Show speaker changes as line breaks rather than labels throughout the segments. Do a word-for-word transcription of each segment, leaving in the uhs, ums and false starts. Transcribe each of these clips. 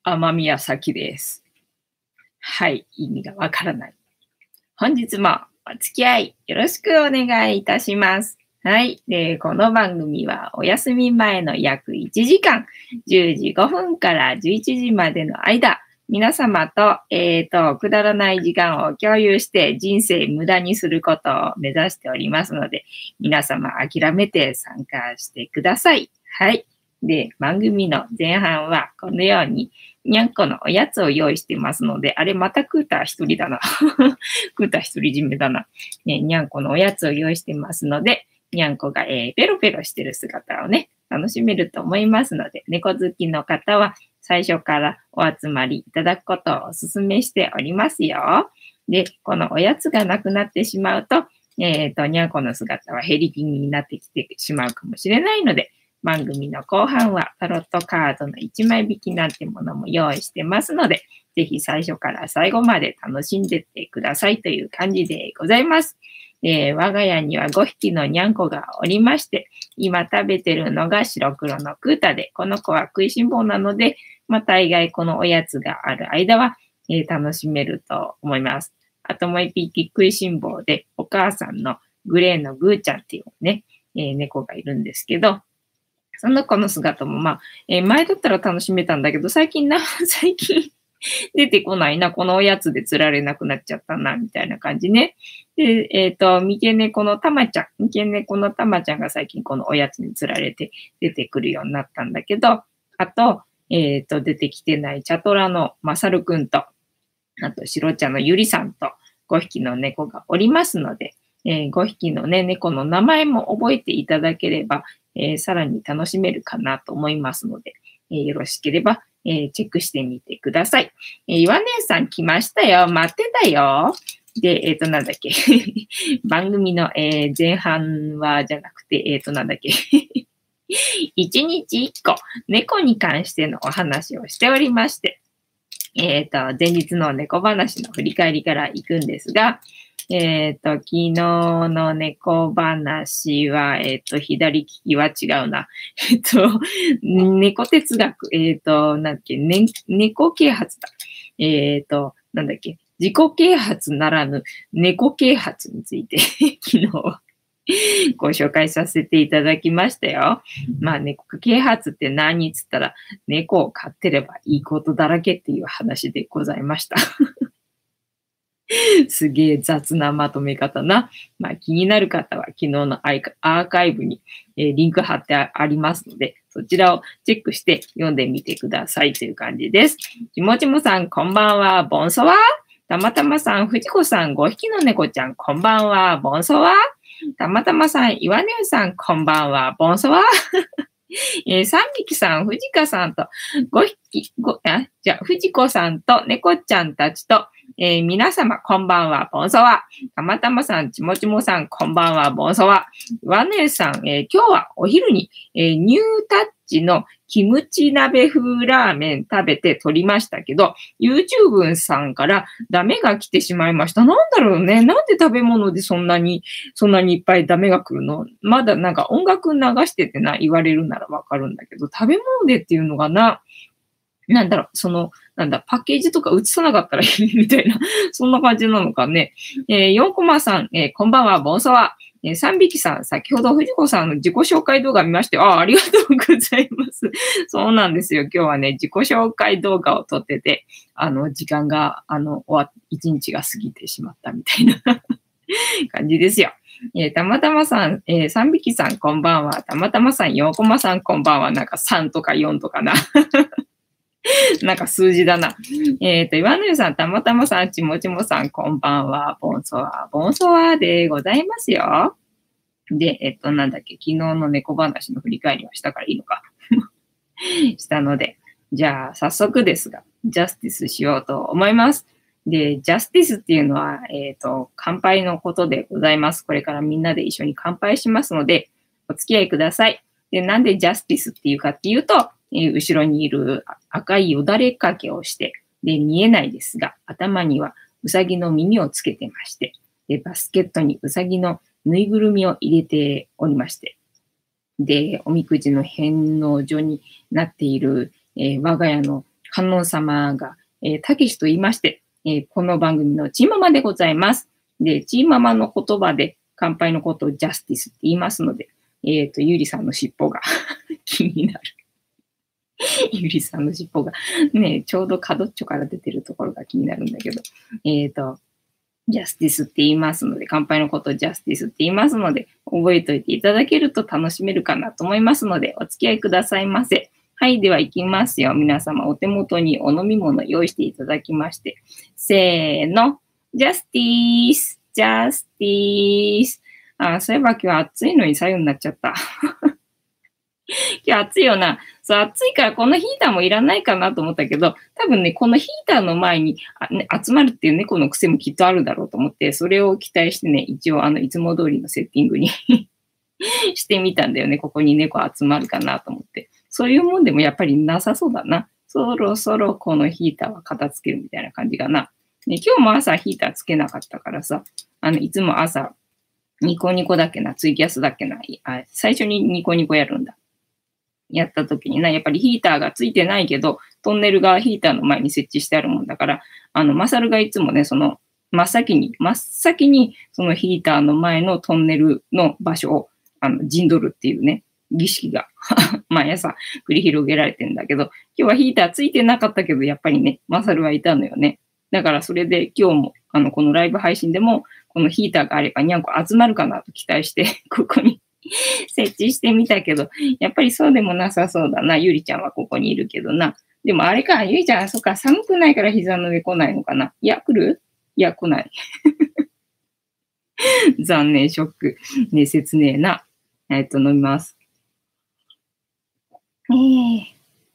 雨宮咲です。はい、意味がわからない。本日もお付き合いよろしくお願いいたします。はい。で、この番組はお休み前の約いちじかん、じゅうじごふんからじゅういちじまでの間、皆様と、えーと、くだらない時間を共有して人生無駄にすることを目指しておりますので、皆様諦めて参加してください。はい。で、番組の前半はこのように、にゃんこのおやつを用意してますので、あれまたクーター一人だな。クーター独り占めだな。ね、にゃんこのおやつを用意してますので、にゃんこが、えー、ペロペロしてる姿をね、楽しめると思いますので、猫好きの方は最初からお集まりいただくことをお勧めしておりますよ。で、このおやつがなくなってしまうと、えっと、にゃんこの姿は減り気味になってきてしまうかもしれないので、番組の後半はタロットカードのいちまい引きなんてものも用意してますので、ぜひ最初から最後まで楽しんでってくださいという感じでございます。えー、我が家にはごひきのにゃんこがおりまして、今食べてるのが白黒のクータで、この子は食いしん坊なので、まあ、大概このおやつがある間は、えー、楽しめると思います。あともう一匹食いしん坊で、お母さんのグレーのグーちゃんっていうね、えー、猫がいるんですけど、その子の姿も、まあ、えー、前だったら楽しめたんだけど、最近な、最近出てこないな、このおやつで釣られなくなっちゃったな、みたいな感じね。で、えっ、ー、と、三毛猫のたまちゃん、三毛猫のたまちゃんが最近このおやつに釣られて出てくるようになったんだけど、あと、えっ、ー、と、出てきてないチャトラのまさるくんと、あと、白茶のゆりさんとごひきの猫がおりますので、えー、ごひきのね、猫の名前も覚えていただければ、えー、さらに楽しめるかなと思いますので、えー、よろしければ、えー、チェックしてみてください。えー、岩姉さん来ましたよ。待ってたよ。で、えっ、ー、と、なんだっけ。番組の、えー、前半はじゃなくて、えっ、ー、と、なんだっけ。一日一個、猫に関してのお話をしておりまして、えっ、ー、と、前日の猫話の振り返りから行くんですが、えっ、ー、と、昨日の猫話は、えっ、ー、と、左利きは違うな。えっ、と、猫哲学、えっ、と、なんだっけ、ね、猫啓発だ。えっ、と、なんだっけ、自己啓発ならぬ猫啓発について、昨日、ご紹介させていただきましたよ。まあ、猫啓発って何つったら、猫を飼ってればいいことだらけっていう話でございました。すげえ雑なまとめ方な。まあ、気になる方は昨日のアーカイブに、えー、リンク貼ってありますので、そちらをチェックして読んでみてくださいという感じです。ちもちもさん、こんばんは。ボンソワ。たまたまさん、藤子さん、ごひきの猫ちゃん、こんばんは。ボンソワ。たまたまさん、岩根さん、こんばんは。ボンソワ。えー、さんびきさん、藤香さんと、ごひき、ご、あ、じゃあ、藤子さんと猫ちゃんたちと、えー、皆様、こんばんは、ボンソワ。たまたまさん、ちもちもさん、こんばんは、ボンソワ。わねえさん、えー、今日はお昼に、えー、ニュータッチのキムチ鍋風ラーメン食べて撮りましたけど、YouTube さんからダメが来てしまいました。なんだろうね。なんで食べ物でそんなに、そんなにいっぱいダメが来るの？まだなんか音楽流しててな、言われるならわかるんだけど、食べ物でっていうのがな、なんだろう、その、なんだ、パッケージとか映さなかったらいいみたいな、そんな感じなのかね。えー、よんコマさん、えー、こんばんは、ボンソワ。えー、さんびきさん、先ほど藤子さんの自己紹介動画見まして、ああ、ありがとうございます。そうなんですよ。今日はね、自己紹介動画を撮ってて、あの、時間が、あの、終わっ、一日が過ぎてしまったみたいな感じですよ。えー、たまたまさん、えー、さんびきさん、こんばんは。たまたまさん、よんコマさん、こんばんは。なんかさんとかよんとかな。なんか数字だな。えっ、ー、と、岩根さん、たまたまさん、ちもちもさん、こんばんは。ボンソワ、ボンソワでございますよ。で、えっ、ー、と、なんだっけ、昨日の猫話の振り返りはしたからいいのか。したので、じゃあ、早速ですが、ジャスティスしようと思います。で、ジャスティスっていうのは、えっ、ー、と、乾杯のことでございます。これからみんなで一緒に乾杯しますので、お付き合いください。で、なんでジャスティスっていうかっていうと、えー、後ろにいる赤いよだれかけをして、で、見えないですが、頭にはうさぎの耳をつけてまして、で、バスケットにうさぎのぬいぐるみを入れておりまして、で、おみくじの返納所になっている、えー、我が家の観音様が、えー、たけしと言いまして、えー、この番組のチーママでございます。で、チーママの言葉で乾杯のことをジャスティスって言いますので、えっと、ゆりさんの尻尾が気になる。ゆりさんの尻尾がね、ちょうど角っちょから出てるところが気になるんだけど、えっと、ジャスティスって言いますので、乾杯のことをジャスティスって言いますので、覚えておいていただけると楽しめるかなと思いますので、お付き合いくださいませ。はい、では行きますよ。皆様お手元にお飲み物用意していただきまして、せーの、ジャスティス、ジャスティス。あ、そういえば今日暑いのに左右になっちゃった。今日暑いよな。そう、暑いからこのヒーターもいらないかなと思ったけど、多分ね、このヒーターの前にあ、ね、集まるっていう猫の癖もきっとあるだろうと思って、それを期待してね、一応あの、いつも通りのセッティングにしてみたんだよね。ここに猫集まるかなと思って。そういうもんでもやっぱりなさそうだな。そろそろこのヒーターは片付けるみたいな感じかな。ね、今日も朝ヒーターつけなかったからさ、あの、いつも朝、ニコニコだっけな、ツイキャスだっけな、あ、最初にニコニコやるんだ。やった時にな、やっぱりヒーターがついてないけど、トンネルがヒーターの前に設置してあるもんだから、あの、マサルがいつもね、その、真っ先に、真っ先に、そのヒーターの前のトンネルの場所を、あの、陣取るっていうね、儀式が毎朝繰り広げられてんだけど、今日はヒーターついてなかったけど、やっぱりね、マサルはいたのよね。だからそれで今日も、あの、このライブ配信でも、このヒーターがあればにゃんこ集まるかなと期待して、ここに設置してみたけど、やっぱりそうでもなさそうだな。ゆりちゃんはここにいるけどな。でもあれか、ゆりちゃん、そっか、寒くないから膝の上来ないのかな。いや、来る？いや、来ない。残念、ショック。ね、切ねえな。えっと、飲みます。えー、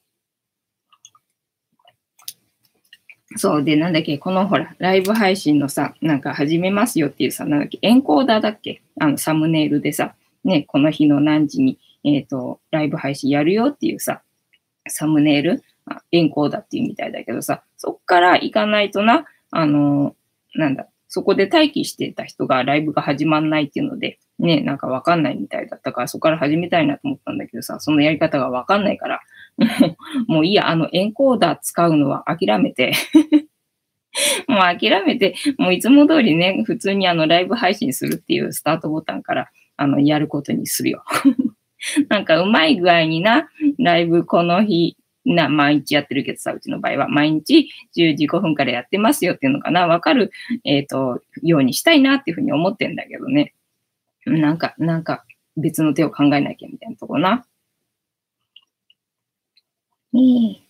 そうで、なんだっけ、このほら、ライブ配信のさ、なんか始めますよっていうさ、なんだっけ、エンコーダーだっけ、あの、サムネイルでさ、ね、この日の何時に、えっと、ライブ配信やるよっていうさ、サムネイル、エンコーダーっていうみたいだけどさ、そっから行かないとな、あの、なんだ、そこで待機してた人がライブが始まんないっていうので、ね、なんかわかんないみたいだったから、そこから始めたいなと思ったんだけどさ、そのやり方がわかんないから、もう、もういいや、あの、エンコーダー使うのは諦めて、もう諦めて、もういつも通りね、普通にあの、ライブ配信するっていうスタートボタンから、あの、やることにするよ。なんかうまい具合にな、ライブこの日、な、毎日やってるけどさ、うちの場合は毎日じゅうじごふんからやってますよっていうのかな、わかる、えっと、ようにしたいなっていうふうに思ってんだけどね。なんか、なんか別の手を考えなきゃみたいなとこな。ええ。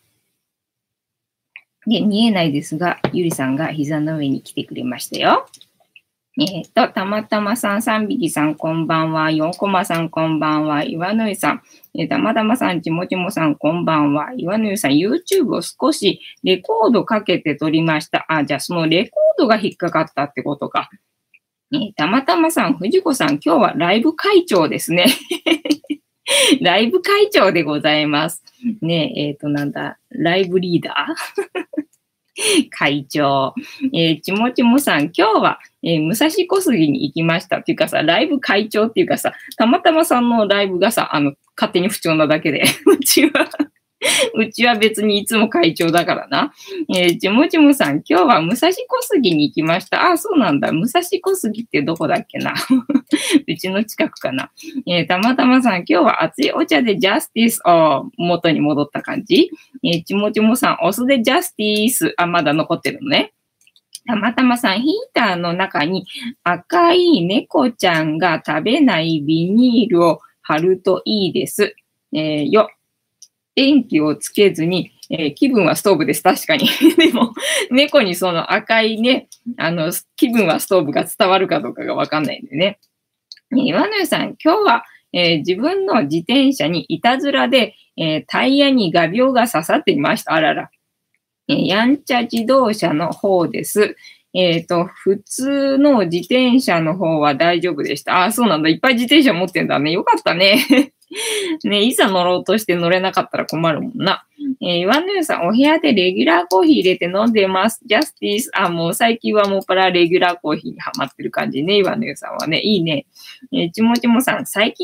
で、見えないですが、ゆりさんが膝の上に来てくれましたよ。えっと、たまたまさん、さんびきさん、こんばんは。よんこまさん、こんばんは。岩の湯さん。えー、たまたまさん、ちもちもさん、こんばんは。岩の湯さん、YouTube を少しレコードかけて撮りました。あ、じゃあそのレコードが引っかかったってことか。えー、たまたまさん、藤子さん、今日はライブ会長ですね。ライブ会長でございます。ねえ、えっと、なんだ、ライブリーダー会長。えー、ちもちもさん、今日は、えー、武蔵小杉に行きました。っていうかさ、ライブ会長っていうかさ、たまたまさんのライブがさ、あの、勝手に不調なだけで、うちは、うちは別にいつも会長だからな。えー、ちもちもさん、今日は武蔵小杉に行きました。あ、そうなんだ。武蔵小杉ってどこだっけな。うちの近くかな。えー、たまたまさん、今日は熱いお茶でジャスティスを元に戻った感じ。えー、ちもちもさん、お酢でジャスティス。あ、まだ残ってるのね。たまたまさん、ヒーターの中に赤い猫ちゃんが食べないビニールを貼るといいです。えー、よ。電気をつけずに、えー、気分はストーブです。確かに。でも、猫にその赤いね、あの、気分はストーブが伝わるかどうかがわかんないんでね。岩野さん、今日は、えー、自分の自転車にいたずらで、えー、タイヤに画鋲が刺さっていました。あらら。えー、やんちゃ自動車の方です。えっと、普通の自転車の方は大丈夫でした。あ、そうなんだ。いっぱい自転車持ってんだね。よかったね。ね、いざ乗ろうとして乗れなかったら困るもんな。えー、岩野さん、お部屋でレギュラーコーヒー入れて飲んでます。ジャスティス。あ、もう最近はもっぱらレギュラーコーヒーにハマってる感じね。岩野さんはね。いいね。えー、ちもちもさん、最近、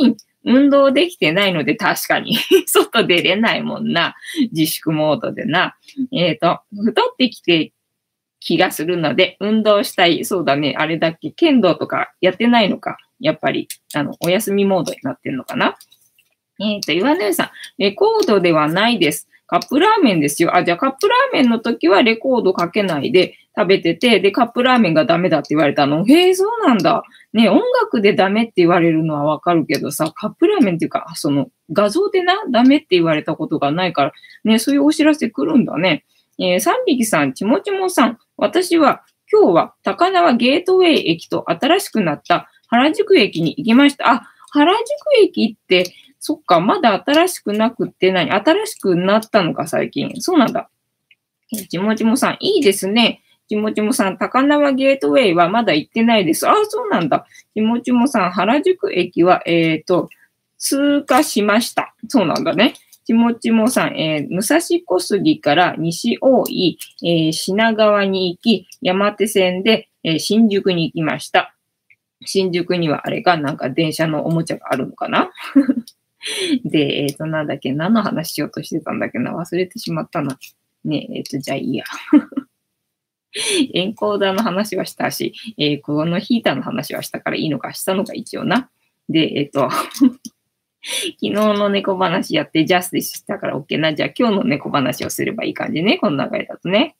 運動できてないので確かに外出れないもんな。自粛モードでな。えっと、太ってきて気がするので、運動したい。そうだね。あれだっけ。剣道とかやってないのか。やっぱり、あの、お休みモードになってんのかな。えっと、岩根さん、レコードではないです。カップラーメンですよ。あ、じゃあカップラーメンの時はレコードかけないで食べてて、で、カップラーメンがダメだって言われたの。へえ、そうなんだ。ね、音楽でダメって言われるのはわかるけどさ、カップラーメンっていうか、その画像でな、ダメって言われたことがないから、ね、そういうお知らせ来るんだね。えー、三匹さん、ちもちもさん、私は今日は高輪ゲートウェイ駅と新しくなった原宿駅に行きました。あ、原宿駅って、そっか、まだ新しくなくって何新しくなったのか、最近。そうなんだ。えちもちもさん、いいですね。ちもちもさん、高輪ゲートウェイはまだ行ってないです。あ、そうなんだ。ちもちもさん、原宿駅は、えっと、通過しました。そうなんだね。ちもちもさん、えー、武蔵小杉から西大井、えー、品川に行き、山手線で、えー、新宿に行きました。新宿にはあれか、なんか電車のおもちゃがあるのかなで、えっ、ー、と、なんだっけ、何の話しようとしてたんだっけな、忘れてしまったな。ねえ、えっ、ー、と、じゃあいいや。エンコーダーの話はしたし、えー、このヒーターの話はしたからいいのか、したのか一応な。で、えっ、ー、と、昨日の猫話やってジャスティスしたから OK な。じゃあ今日の猫話をすればいい感じね。この流れだとね。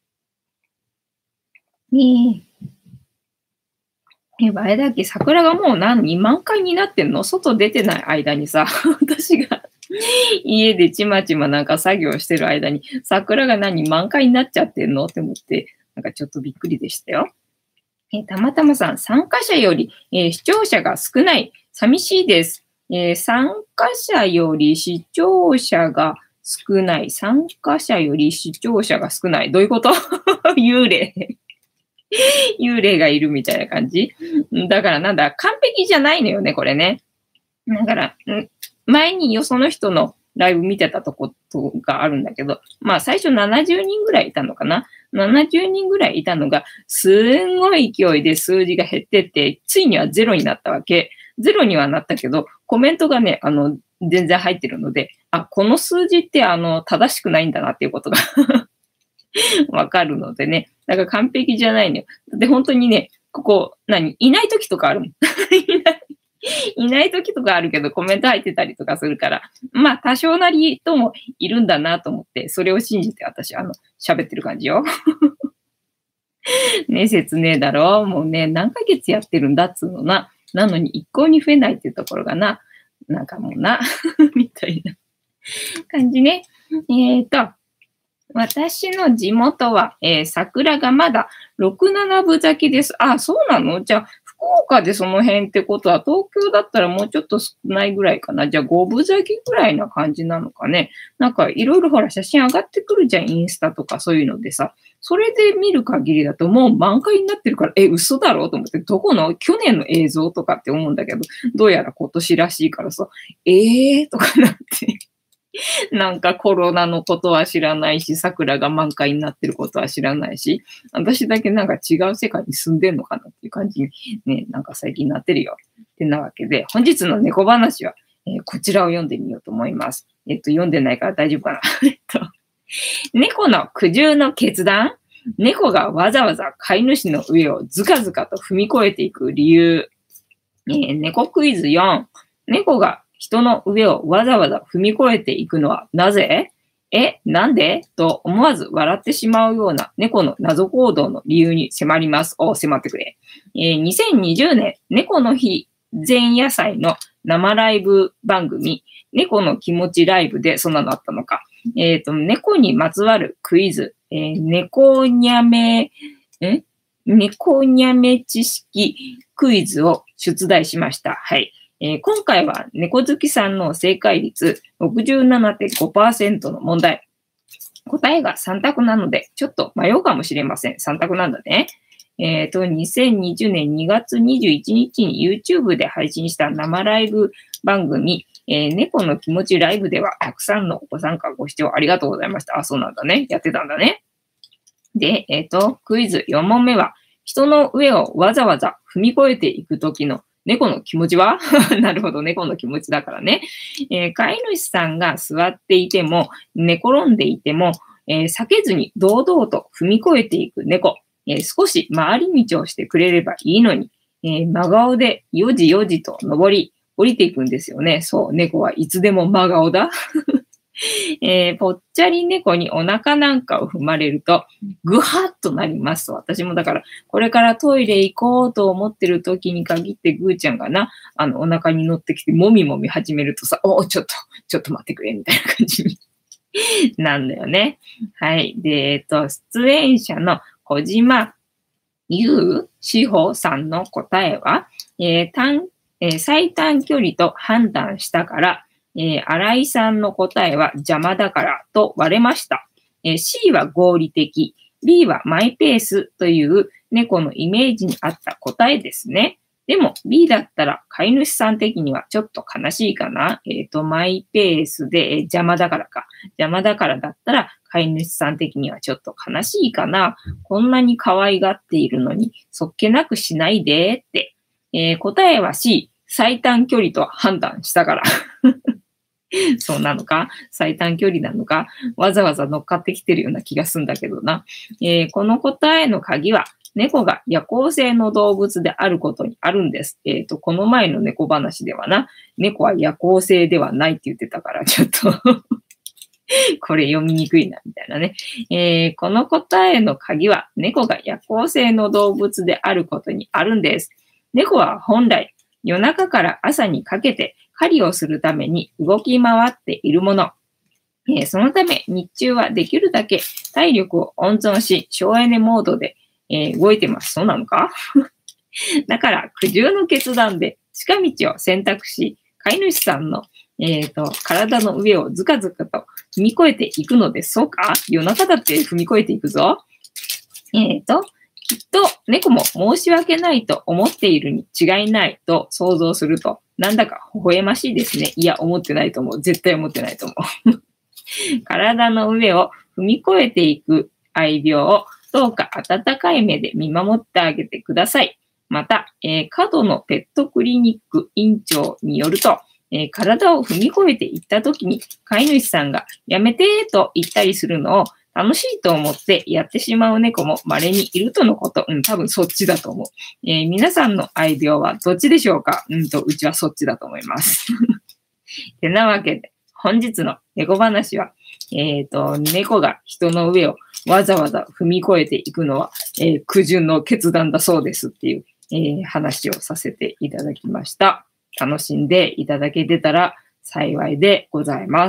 ねえ。え、あれだっけ、桜がもう何、満開になってんの？外出てない間にさ、私が家でちまちまなんか作業してる間に、桜が何、満開になっちゃってんのって思って、なんかちょっとびっくりでしたよ。えたまたまさん、参加者より、えー、視聴者が少ない。寂しいです。えー、参加者より視聴者が少ない。参加者より視聴者が少ない。どういうこと幽霊幽霊がいるみたいな感じだからなんだ、完璧じゃないのよね、これね。だから、前によその人のライブ見てたとことがあるんだけど、まあ最初ななじゅうにんぐらいいたのかな ?ななじゅう 人ぐらいいたのが、すんごい勢いで数字が減ってって、ついにはゼロになったわけ。ゼロにはなったけど、コメントがね、あの、全然入ってるので、あ、この数字ってあの、正しくないんだなっていうことがわかるのでね。だから完璧じゃないのよ。で、本当にね、ここ、何いない時とかあるもん。いないいない時とかあるけどコメント入ってたりとかするから、まあ多少なりともいるんだなと思って、それを信じて私、あの、喋ってる感じよ。ね、切ねえだろ。もうね、何ヶ月やってるんだっつうのな。なのに一向に増えないっていうところがな、なんかもうな、みたいな感じね。えっと、私の地元は、えー、桜がまだろく、ななぶ咲きです。あ、そうなの？じゃあ、福岡でその辺ってことは、東京だったらもうちょっと少ないぐらいかな。じゃあ、ごぶ咲きぐらいな感じなのかね。なんか、いろいろほら、写真上がってくるじゃん、インスタとかそういうのでさ。それで見る限りだと、もう満開になってるから、え、嘘だろうと思って、どこの去年の映像とかって思うんだけど、どうやら今年らしいからさ、えーとかなって。なんかコロナのことは知らないし、桜が満開になってることは知らないし、私だけなんか違う世界に住んでんのかなっていう感じにね、なんか最近なってるよ。ってなわけで、本日の猫話は、えー、こちらを読んでみようと思います。えっと、読んでないから大丈夫かな。えっと、猫の苦渋の決断？猫がわざわざ飼い主の上をずかずかと踏み越えていく理由。えー、猫クイズよん。猫が人の上をわざわざ踏み越えていくのはなぜ？え、なんで？と思わず笑ってしまうような猫の謎行動の理由に迫ります。お、迫ってくれ。えー、にせんにじゅうねん、猫の日前夜祭の生ライブ番組、猫の気持ちライブでそんなのあったのか。えっと、猫にまつわるクイズ、えー、猫にゃめ、え猫にゃめ知識クイズを出題しました。はい。えー、今回は猫好きさんの正解率 ろくじゅうななてんごパーセント の問題。答えがさん択なので、ちょっと迷うかもしれません。さん択なんだね。えっと、にせんにじゅうねんにがつにじゅういちにちに YouTube で配信した生ライブ番組、えー、猫の気持ちライブではたくさんのご参加ご視聴ありがとうございました。あ、そうなんだね。やってたんだね。で、えっと、クイズよん問目は、人の上をわざわざ踏み越えていくときの猫の気持ちはなるほど、猫の気持ちだからね。えー飼い主さんが座っていても、寝転んでいても、えー避けずに堂々と踏み越えていく猫。えー少し回り道をしてくれればいいのに、えー真顔でよじよじと登り、降りていくんですよね。そう、猫はいつでも真顔だ。えーぽっちゃり猫にお腹なんかを踏まれると、ぐはっとなりますと。私もだから、これからトイレ行こうと思ってる時に限ってぐーちゃんがな、あの、お腹に乗ってきて、もみもみ始めるとさ、おお、ちょっと、ちょっと待ってくれ、みたいな感じになんだよね。はい。で、えっと、出演者の小島優志保さんの答えは、えー短えー最短距離と判断したから、えー新井さんの答えは邪魔だからと割れました。えー C は合理的、B はマイペースという猫のイメージに合った答えですね。でも B だったら飼い主さん的にはちょっと悲しいかな。えっと、マイペースで、えー邪魔だからか。邪魔だからだったら飼い主さん的にはちょっと悲しいかな。こんなに可愛がっているのにそっけなくしないでって。えー答えは C、最短距離と判断したから。そうなのか最短距離なのかわざわざ乗っかってきてるような気がするんだけどな。えーこの答えの鍵は、猫が夜行性の動物であることにあるんです。えっと、この前の猫話ではな、猫は夜行性ではないって言ってたから、ちょっとこれ読みにくいな、みたいなね。えーこの答えの鍵は、猫が夜行性の動物であることにあるんです。猫は本来、夜中から朝にかけて狩りをするために動き回っているもの。えーそのため、日中はできるだけ体力を温存し、省エネモードで、えー動いてます。そうなのかだから、苦渋の決断で近道を選択し、飼い主さんの、えーと体の上をずかずかと踏み越えていくのです。そうか夜中だって踏み越えていくぞ。えっと、きっと猫も申し訳ないと思っているに違いないと想像すると、なんだか微笑ましいですね。いや、思ってないと思う。絶対思ってないと思う。体の上を踏み越えていく愛病をどうか温かい目で見守ってあげてください。また、えー、角のペットクリニック院長によると、えー体を踏み越えていったときに飼い主さんがやめてーと言ったりするのを楽しいと思ってやってしまう猫も稀にいるとのこと。うん、多分そっちだと思う。えー皆さんの愛病はどっちでしょうか？うんと、うちはそっちだと思います。てなわけで、本日の猫話は、えっと、猫が人の上をわざわざ踏み越えていくのは、えー苦渋の決断だそうですっていう、えー話をさせていただきました。楽しんでいただけてたら幸いでございます。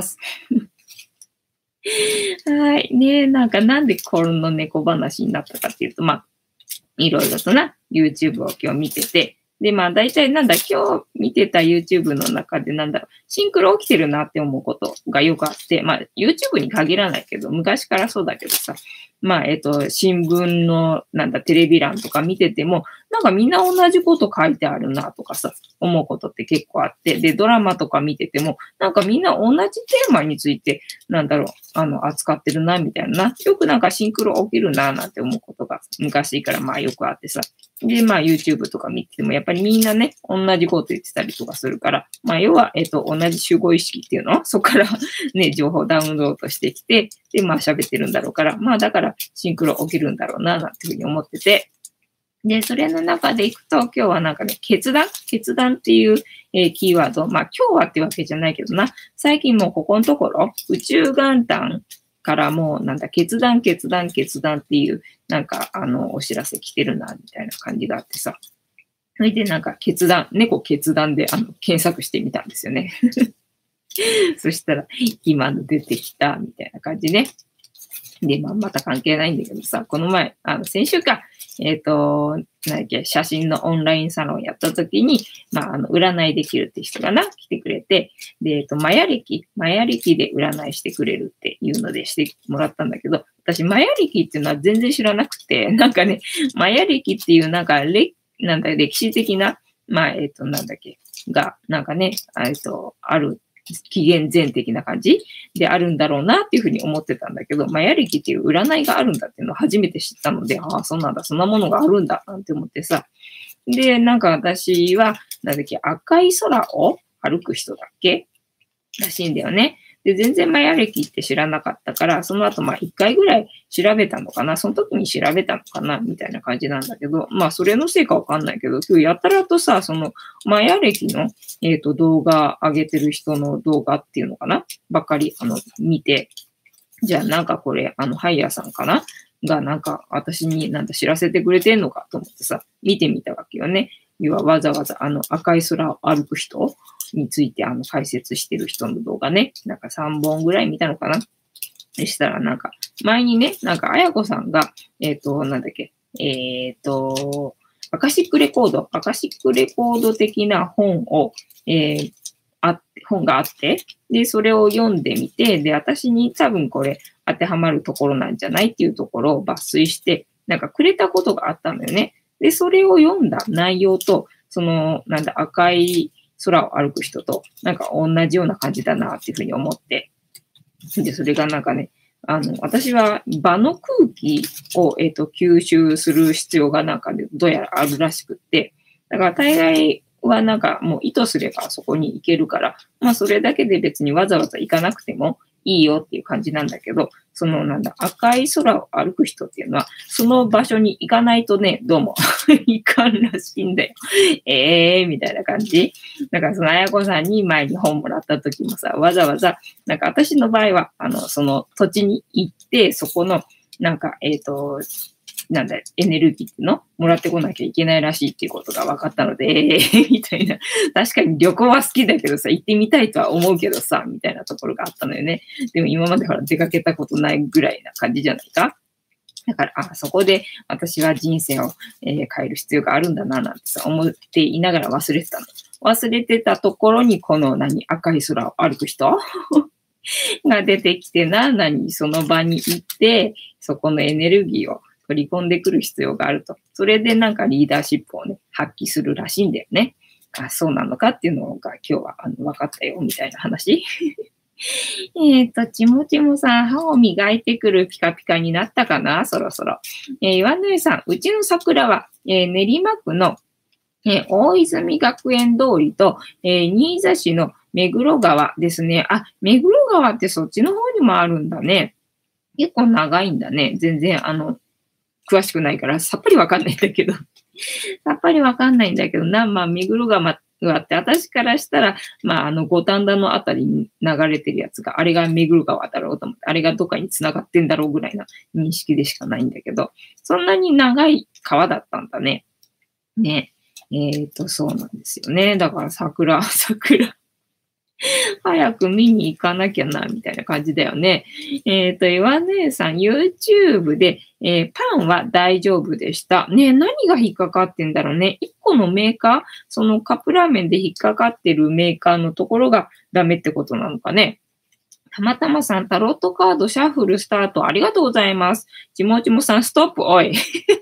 はい。ねなんかなんでこの猫話になったかっていうと、まあ、いろいろとな、YouTube を今日見てて、で、まあ大体なんだ、今日見てた YouTube の中でなんだろう、シンクロ起きてるなって思うことがよくあって、まあ YouTube に限らないけど、昔からそうだけどさ、まあえっと、新聞のなんだ、テレビ欄とか見てても、なんかみんな同じこと書いてあるなとかさ、思うことって結構あって、で、ドラマとか見てても、なんかみんな同じテーマについて、なんだろう、あの、扱ってるな、みたいな。よくなんかシンクロ起きるな、なんて思うことが昔からまあよくあってさ。で、まあ YouTube とか見てても、やっぱりみんなね、同じこと言ってたりとかするから、まあ要は、えっと、同じ集合意識っていうのそこからね、情報ダウンロードしてきて、で、まあ喋ってるんだろうから、まあだからシンクロ起きるんだろうな、なんていうふうに思ってて。で、それの中でいくと、今日はなんかね、決断決断っていう、えーキーワード。まあ今日はってわけじゃないけどな。最近もうここのところ、宇宙元旦からもうなんだ、決断決断決断っていう、なんかあの、お知らせ来てるな、みたいな感じがあってさ。それでなんか決断、猫決断であの検索してみたんですよね。そしたら、今の出てきた、みたいな感じね。で、まあ、また関係ないんだけどさ、この前、あの、先週か、えっと、なんだっけ、写真のオンラインサロンやった時に、まあ、あの、占いできるって人がな、来てくれて、で、えっと、マヤ暦、マヤ暦で占いしてくれるっていうのでしてもらったんだけど、私、マヤ暦っていうのは全然知らなくて、なんかね、マヤ暦っていうなんか、れなんだ、歴史的な、まあ、えっと、なんだっけ、が、なんかね、えっと、ある、紀元前的な感じであるんだろうなっていうふうに思ってたんだけど、マヤ暦っていう占いがあるんだっていうのを初めて知ったので、ああ、そうなんだ、そんなものがあるんだ、なんて思ってさ。 で、なんか私は、なんだっけ、赤い空を歩く人だっけらしいんだよね。で、全然マヤ歴って知らなかったから、その後まあ一回ぐらい調べたのかな、その時に調べたのかな、みたいな感じなんだけど、まあそれのせいかわかんないけど、今日やたらとさ、そのマヤ歴の、えっと動画上げてる人の動画っていうのかなばっかり、あの、見て、じゃあなんかこれ、あの、ハイヤーさんかながなんか私になんだ知らせてくれてんのかと思ってさ、見てみたわけよね。要はわざわざあの赤い空を歩く人についてあの解説してる人の動画ね、なんかさんぼんぐらい見たのかな。でしたらなんか、前にね、なんかあやこさんが、えっと、なんだっけ、えっと、アカシックレコード、アカシックレコード的な本を、えーあって、本があって、で、それを読んでみて、で、私に多分これ当てはまるところなんじゃないっていうところを抜粋して、なんかくれたことがあったんだよね。で、それを読んだ内容と、その、なんだ、赤い空を歩く人と、なんか同じような感じだなっていうふうに思って、で、それがなんかね、あの、私は場の空気を、えっと、吸収する必要がなんかね、どうやらあるらしくって、だから大概はなんかもう意図すればそこに行けるから、まあそれだけで別にわざわざ行かなくてもいいよっていう感じなんだけど、そのなんだ、赤い空を歩く人っていうのは、その場所に行かないとね、どうも行かんらしいんだよ。ええー、みたいな感じ。だからそのあやこさんに前に本もらった時もさ、わざわざ、なんか私の場合は、あの、その土地に行って、そこの、なんか、えっと、なんだ、エネルギーっていうのもらってこなきゃいけないらしいっていうことが分かったので、えー、みたいな。確かに旅行は好きだけどさ、行ってみたいとは思うけどさ、みたいなところがあったのよね。でも今までほら出かけたことないぐらいな感じじゃないか。だから、あ、そこで私は人生を、えー変える必要があるんだな、なんてさ、思っていながら忘れてたの。忘れてたところに、この何、赤い空を歩く人が出てきてな、何、その場に行って、そこのエネルギーを取り込んでくる必要があると。それでなんかリーダーシップをね、発揮するらしいんだよね。あ、そうなのかっていうのが今日はあの分かったよ、みたいな話。えっと、ちもちもさん、歯を磨いてくるピカピカになったかなそろそろ。えー、岩根さん、うちの桜は、えー練馬区の、えー大泉学園通りと、えー新座市の目黒川ですね。あ、目黒川ってそっちの方にもあるんだね。結構長いんだね。全然、あの、詳しくないから、さっぱりわかんないんだけど。さっぱりわかんないんだけどな、まあ、目黒川があって、私からしたら、まあ、あの、五反田のあたりに流れてるやつが、あれが目黒川だろうと思って、あれがどっかに繋がってんだろうぐらいな認識でしかないんだけど、そんなに長い川だったんだね。ね。えっと、そうなんですよね。だから桜、桜。早く見に行かなきゃな、みたいな感じだよね。えっと、岩姉さん、YouTube で、えーパンは大丈夫でした。ね、何が引っかかってんだろうね。一個のメーカー、そのカップラーメンで引っかかってるメーカーのところがダメってことなのかね。たまたまさん、タロットカード、シャッフル、スタート、ありがとうございます。ちもちもさん、ストップ、おい。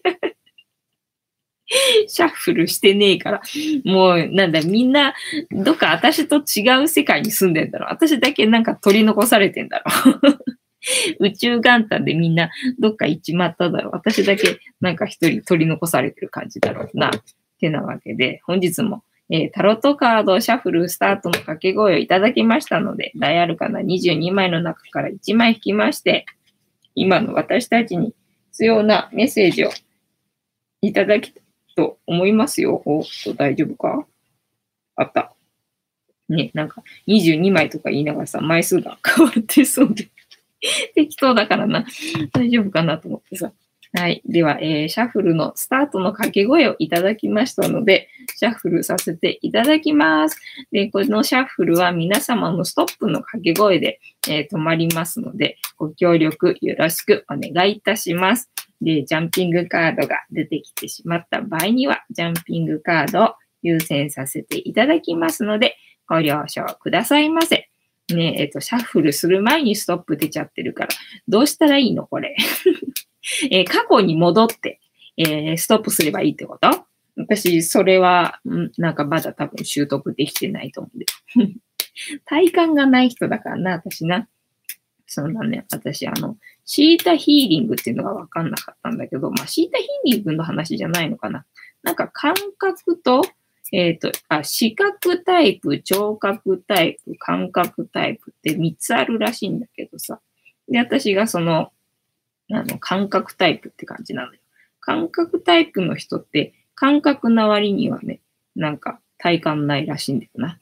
シャッフルしてねえから。もう、なんだ、みんな、どっか私と違う世界に住んでんだろう。私だけなんか取り残されてんだろう。宇宙元旦でみんなどっか行っちまっただろう。私だけなんか一人取り残されてる感じだろうな。てなわけで、本日も、えータロットカード、シャッフル、スタートの掛け声をいただきましたので、大アルカナにじゅうにまいの中からいちまい引きまして、今の私たちに必要なメッセージをいただきたいと思いますよ。おっと、大丈夫かあった。ね、なんかにじゅうにまいとか言いながらさ、枚数が変わってそうで。適当だからな。大丈夫かなと思ってさ。はい。では、えーシャッフルのスタートの掛け声をいただきましたので、シャッフルさせていただきます。で、このシャッフルは皆様のストップの掛け声で、えー止まりますので、ご協力よろしくお願いいたします。で、ジャンピングカードが出てきてしまった場合には、ジャンピングカードを優先させていただきますので、ご了承くださいませ。ねえ、えっと、シャッフルする前にストップ出ちゃってるから、どうしたらいいのこれ。えー過去に戻って、えーストップすればいいってこと？私、それは、んなんかまだ多分習得できてないと思うんで。体感がない人だからな、私な。そうだね。私、あの、シータヒーリングっていうのがわかんなかったんだけど、まあ、シータヒーリングの話じゃないのかな。 なんか感覚と、えっと、あ、視覚タイプ、聴覚タイプ、感覚タイプってみっつあるらしいんだけどさ。で、私がその、あの、感覚タイプって感じなのよ。感覚タイプの人って、感覚な割にはね、なんか体感ないらしいんだよな。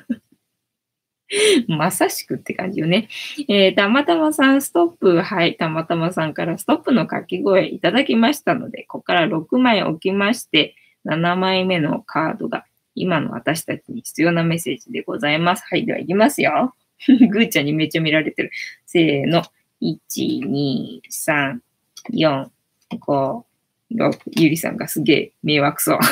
まさしくって感じよね。えー、たまたまさん、ストップ、はい、たまたまさんからストップの掛け声いただきましたので、ここからろくまい置きまして、ななまいめのカードが今の私たちに必要なメッセージでございます。はい、では行きますよ。ぐーちゃんにめっちゃ見られてる。せーの。いち、に、さん、よん、ご、ろく。ゆりさんがすげえ迷惑そう。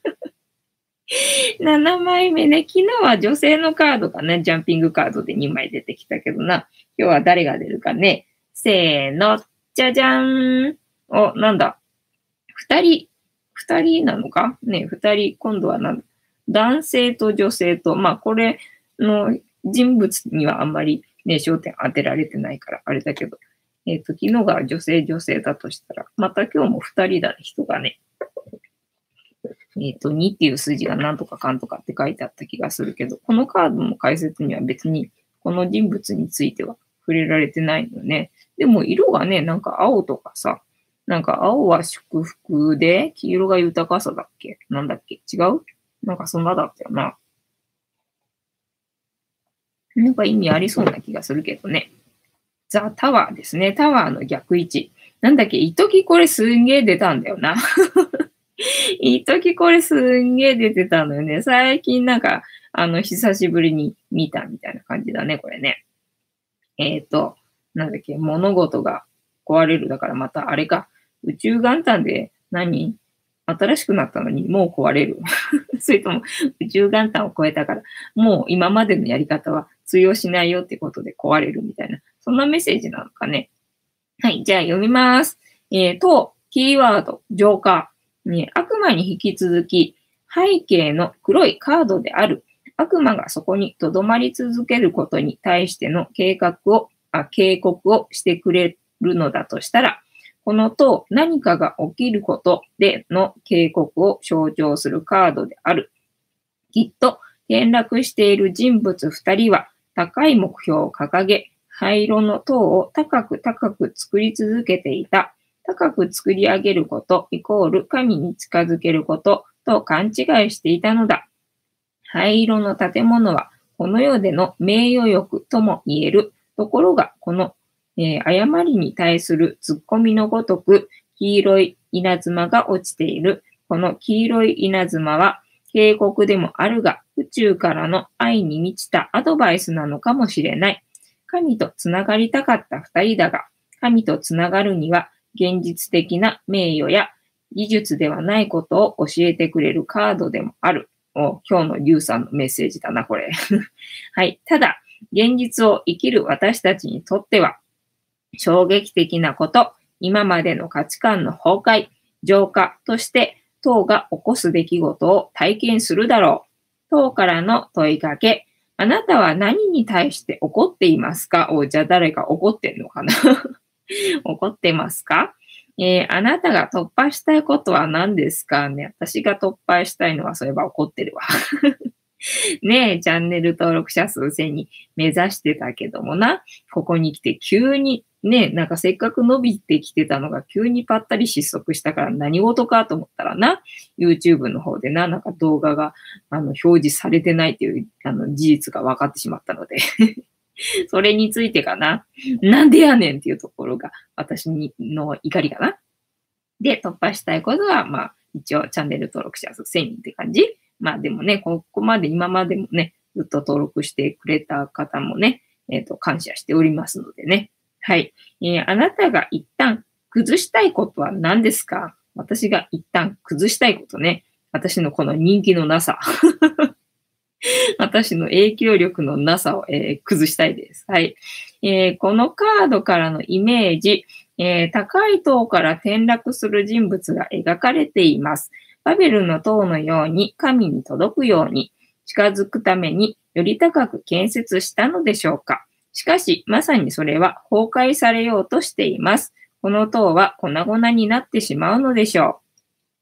ななまいめね、昨日は女性のカードがね、ジャンピングカードでにまい出てきたけどな。今日は誰が出るかね。せーの、じゃじゃーん。お、なんだ。二人、二人なのかね、二人、今度はなんだ。男性と女性と、まあこれの人物にはあんまりね、焦点当てられてないからあれだけど。えっと、昨日が女性女性だとしたら、また今日も二人だね、人がね。えっと、にっていう数字が何とかかんとかって書いてあった気がするけど、このカードの解説には別にこの人物については触れられてないのね。でも色がね、なんか青とかさ、なんか青は祝福で、黄色が豊かさだっけなんだっけ違うなんかそんなだったよな。なんか意味ありそうな気がするけどね。ザ・タワーですね。タワーの逆位置。なんだっけ一時これすんげー出たんだよな。一時これすんげー出てたのよね。最近なんか、あの、久しぶりに見たみたいな感じだね、これね。えっと、なんだっけ、物事が壊れる。だからまたあれか、宇宙元旦で何新しくなったのにもう壊れる。それとも宇宙元旦を超えたから、もう今までのやり方は通用しないよってことで壊れるみたいな、そんなメッセージなのかね。はい、じゃあ読みます。えー、と、キーワード、浄化。ね、悪魔に引き続き、背景の黒いカードである。悪魔がそこに留まり続けることに対しての計画を、あ警告をしてくれるのだとしたら、この塔、何かが起きることでの警告を象徴するカードである。きっと転落している人物二人は高い目標を掲げ、灰色の塔を高く高く作り続けていた。高く作り上げることイコール神に近づけることと勘違いしていたのだ。灰色の建物はこの世での名誉欲とも言える。ところがこの、えー、誤りに対するツッコミのごとく黄色い稲妻が落ちている。この黄色い稲妻は警告でもあるが宇宙からの愛に満ちたアドバイスなのかもしれない。神とつながりたかった二人だが、神とつながるには現実的な名誉や技術ではないことを教えてくれるカードでもある。お今日のリュウさんのメッセージだな、これ。はい。ただ、現実を生きる私たちにとっては、衝撃的なこと、今までの価値観の崩壊、浄化として、塔が起こす出来事を体験するだろう。塔からの問いかけ、あなたは何に対して怒っていますか？お、じゃあ誰か怒ってんのかな怒ってますか？えー、あなたが突破したいことは何ですかね。私が突破したいのはそういえば怒ってるわ。ねえ、チャンネル登録者数せんにん目指してたけどもな、ここに来て急にね、なんかせっかく伸びてきてたのが急にぱったり失速したから何事かと思ったらな、YouTube の方でな、なんか動画があの表示されてないっていうあの事実が分かってしまったのでそれについてかな。なんでやねんっていうところが私にの怒りかな。で、突破したいことは、まあ、一応チャンネル登録者数せんにんって感じ。まあでもね、ここまで今までもね、ずっと登録してくれた方もね、えっと、感謝しておりますのでね。はい。えー、あなたが一旦崩したいことは何ですか？私が一旦崩したいことね。私のこの人気のなさ。私の影響力のなさを、えー、崩したいです。はい、えー。このカードからのイメージ、えー、高い塔から転落する人物が描かれています。バベルの塔のように神に届くように近づくためにより高く建設したのでしょうか。しかし、まさにそれは崩壊されようとしています。この塔は粉々になってしまうのでしょう。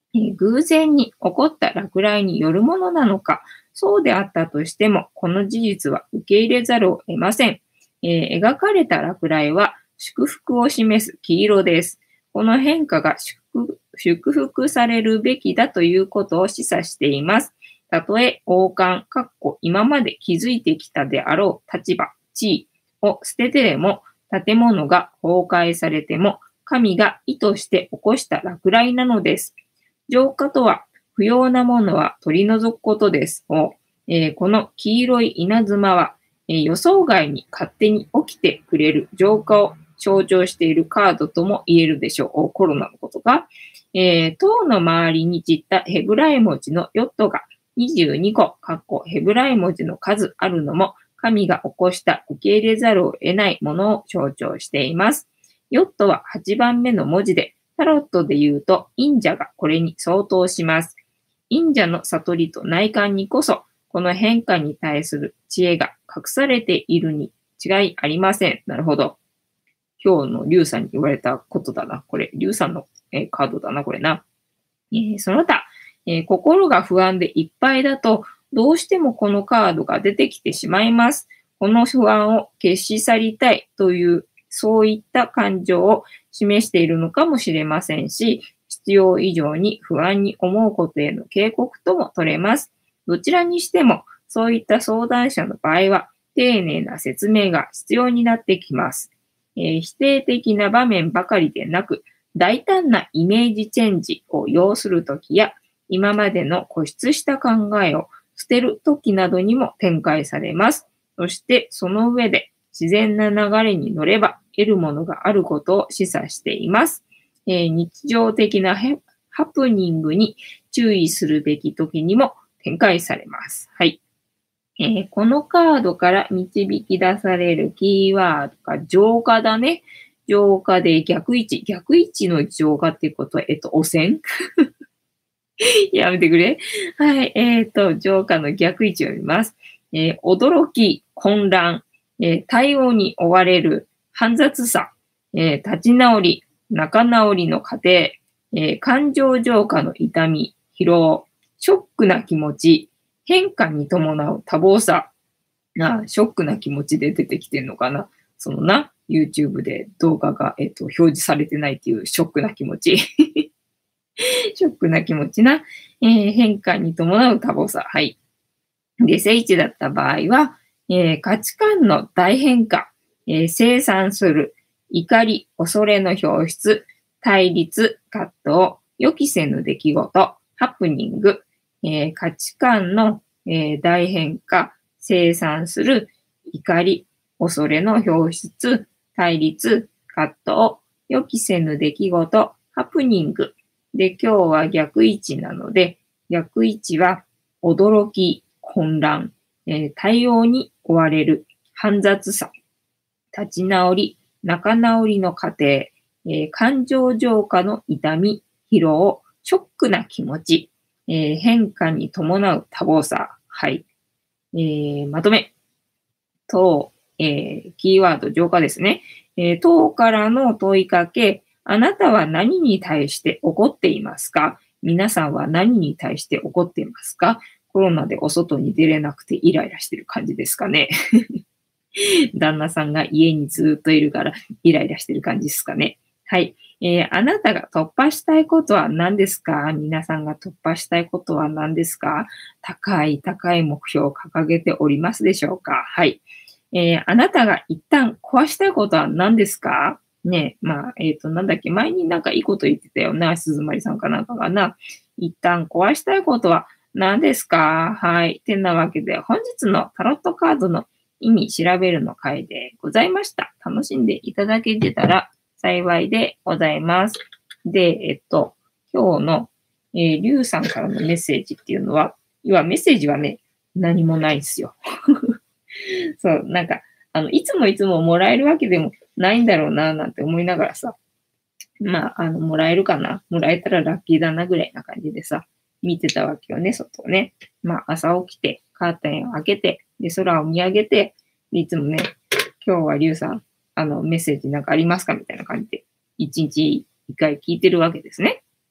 えー偶然に起こった落雷によるものなのか、そうであったとしても、この事実は受け入れざるを得ません。えー描かれた落雷は祝福を示す黄色です。この変化が祝祝福されるべきだということを示唆しています。たとえ王冠、かっこ今まで築いてきたであろう立場、地位を捨ててでも、建物が崩壊されても、神が意図して起こした落雷なのです。浄化とは、不要なものは取り除くことです。をえーこの黄色い稲妻は、えー予想外に勝手に起きてくれる浄化を象徴しているカードとも言えるでしょう。おコロナのことが。えー塔の周りに散ったヘブライ文字のヨットがにじゅうにこ、かっこヘブライ文字の数あるのも、神が起こした受け入れざるを得ないものを象徴しています。ヨットははちばんめの文字で、タロットで言うと、忍者がこれに相当します。忍者の悟りと内観にこそ、この変化に対する知恵が隠されているに違いありません。なるほど。今日のリュウさんに言われたことだな。これ、リュウさんの、えーカードだな、これな。えーその他、えー心が不安でいっぱいだと、どうしてもこのカードが出てきてしまいます。この不安を消し去りたいという、そういった感情を示しているのかもしれませんし、必要以上に不安に思うことへの警告とも取れます。どちらにしても、そういった相談者の場合は、丁寧な説明が必要になってきます。えー否定的な場面ばかりでなく、大胆なイメージチェンジを要するときや、今までの固執した考えを捨てるときなどにも展開されます。そしてその上で自然な流れに乗れば得るものがあることを示唆しています。えー日常的なヘハプニングに注意するべきときにも展開されます。はい。えーこのカードから導き出されるキーワードが浄化だね。浄化で逆位置。逆位置の浄化っていうことは、えっと、汚染やめてくれ。はい。えっと、浄化の逆位置を読みます。えー驚き、混乱、えー対応に追われる、煩雑さ、えー立ち直り、仲直りの過程、えー感情浄化の痛み、疲労、ショックな気持ち、変化に伴う多忙さ、あ、ショックな気持ちで出てきてんのかな。そのな、YouTube で動画が、えっと、表示されてないっていうショックな気持ち。ショックな気持ちな、えー変化に伴う多忙さ。はい。で、聖地だった場合は、えー価値観の大変化、えー生産する、怒り、恐れの表出、対立、葛藤、予期せぬ出来事、ハプニング、えー価値観の、えー大変化、生産する、怒り、恐れの表出、対立、葛藤、予期せぬ出来事、ハプニング。で、今日は逆位置なので、逆位置は驚き、混乱、えー対応に追われる、煩雑さ、立ち直り、仲直りの過程、えー感情浄化の痛み、疲労、ショックな気持ち、えー変化に伴う多忙さ。はい。えーまとめ。と、えーキーワード浄化ですね。えー、当からの問いかけ、あなたは何に対して怒っていますか？皆さんは何に対して怒っていますか？コロナでお外に出れなくてイライラしてる感じですかね。旦那さんが家にずっといるからイライラしてる感じですかね。はい。えーあなたが突破したいことは何ですか？皆さんが突破したいことは何ですか？高い高い目標を掲げておりますでしょうか？はい。えーあなたが一旦壊したいことは何ですか？ねえ、まあ、えっと、なんだっけ、前になんかいいこと言ってたよな、鈴まりさんかなんかがな。一旦壊したいことは何ですか？はい。てなわけで、本日のタロットカードの意味調べるの回でございました。楽しんでいただけてたら幸いでございます。で、えっと、今日の、えー、リュウさんからのメッセージっていうのは、要はメッセージはね、何もないんですよ。そう、なんか、あの、いつもいつももらえるわけでもないんだろうな、なんて思いながらさ、まあ、あの、もらえるかな、もらえたらラッキーだな、ぐらいな感じでさ、見てたわけよね、外をね。まあ、朝起きて、カーテンを開けて、で、空を見上げて、でいつもね、今日はリュウさん、あの、メッセージなんかありますかみたいな感じで、一日一回聞いてるわけですね。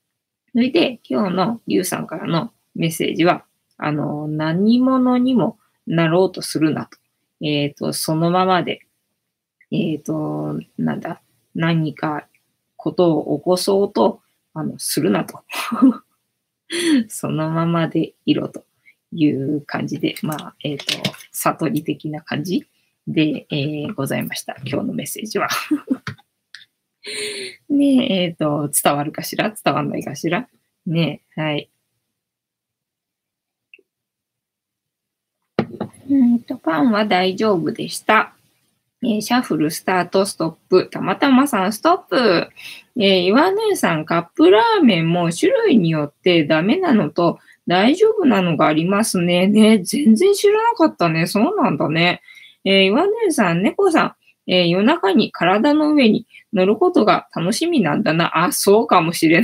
それで、今日のゆうさんからのメッセージは、あの、何者にもなろうとするなと。えっ、と、そのままで、えっ、と、なんだ、何かことを起こそうと、あの、するなと。そのままでいろという感じで、まあ、えっ、と、悟り的な感じで、えーございました。今日のメッセージは。ねえ、えっ、と、伝わるかしら伝わんないかしらねえ、はい。うんと、パンは大丈夫でした。えーシャッフル、スタート、ストップ。たまたまさん、ストップ。えー、岩根さん、カップラーメンも種類によってダメなのと大丈夫なのがありますね。ね、全然知らなかったね。そうなんだね。えー岩根さん、猫さん、えー夜中に体の上に乗ることが楽しみなんだな。あ、そうかもしれない。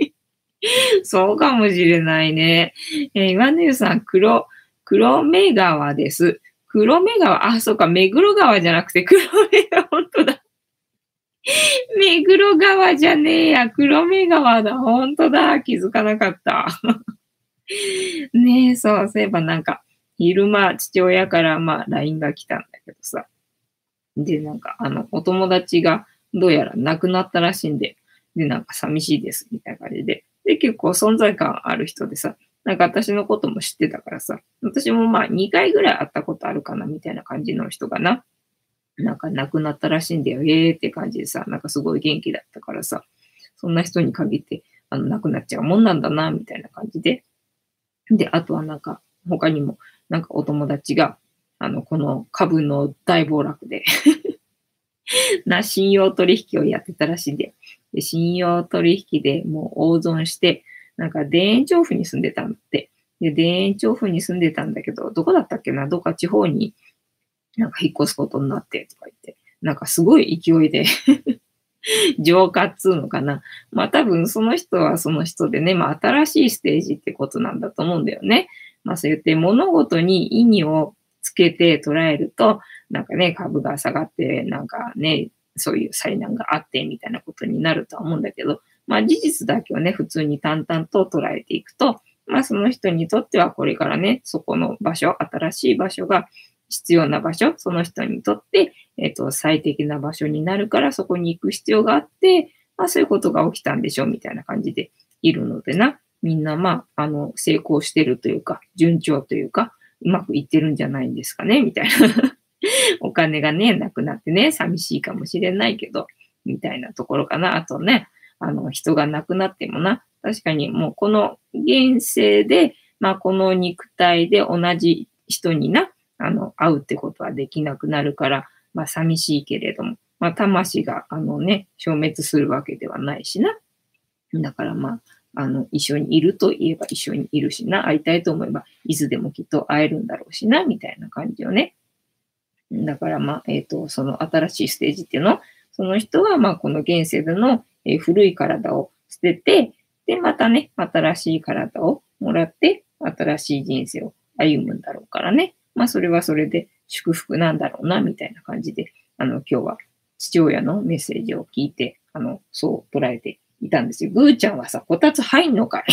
そうかもしれないね。えー、岩根さん、黒、黒目川です。黒目川、あ、そうか、目黒川じゃなくて黒目川、ほんとだ。目黒川じゃねえや、黒目川だ、ほんとだ、気づかなかった。ねえ、そう、そういえばなんか、昼間、父親から、まあ、ライン が来たんだけどさ。で、なんか、あの、お友達がどうやら亡くなったらしいんで、で、なんか寂しいです、みたいな感じで。で、結構存在感ある人でさ、なんか私のことも知ってたからさ、私もまあにかいぐらい会ったことあるかな、みたいな感じの人がな、なんか亡くなったらしいんだよ、えーって感じでさ、なんかすごい元気だったからさ、そんな人に限って、あの、亡くなっちゃうもんなんだな、みたいな感じで。で、あとはなんか、他にも、なんかお友達が、あの、この株の大暴落でな信用取引をやってたらしいんだよ。で、信用取引でもう大損して、なんか田園調布に住んでたんだって。で、田園調布に住んでたんだけど、どこだったっけな、どっか地方になんか引っ越すことになってとか言って、なんかすごい勢いで浄化っつうのかな。まあ多分その人はその人でね、まあ新しいステージってことなんだと思うんだよね。まあそう言って物事に意味をつけて捉えると、なんかね、株が下がって、なんかね、そういう災難があってみたいなことになるとは思うんだけど、まあ事実だけをね、普通に淡々と捉えていくと、まあその人にとってはこれからね、そこの場所、新しい場所が必要な場所、その人にとってえっと、最適な場所になるから、そこに行く必要があって、まあ、そういうことが起きたんでしょう、みたいな感じでいるのでな。みんな、まあ、あの、成功してるというか、順調というか、うまくいってるんじゃないんですかね、みたいな。お金がね、なくなってね、寂しいかもしれないけど、みたいなところかな。あとね、あの、人が亡くなってもな、確かにもうこの現世で、まあ、この肉体で同じ人にな、あの、会うってことはできなくなるから、まあ、寂しいけれども、まあ、魂が、あのね、消滅するわけではないしな。だからまあ、あの、一緒にいると言えば一緒にいるしな、会いたいと思えば、いつでもきっと会えるんだろうしな、みたいな感じよね。だからまあ、えっ、と、その新しいステージっていうの、その人はまあ、この現世での、えー古い体を捨てて、で、またね、新しい体をもらって、新しい人生を歩むんだろうからね。まあ、それはそれで祝福なんだろうな、みたいな感じで、あの、今日は父親のメッセージを聞いて、あの、そう捉えていたんですよ。ぐーちゃんはさ、こたつ入んのかい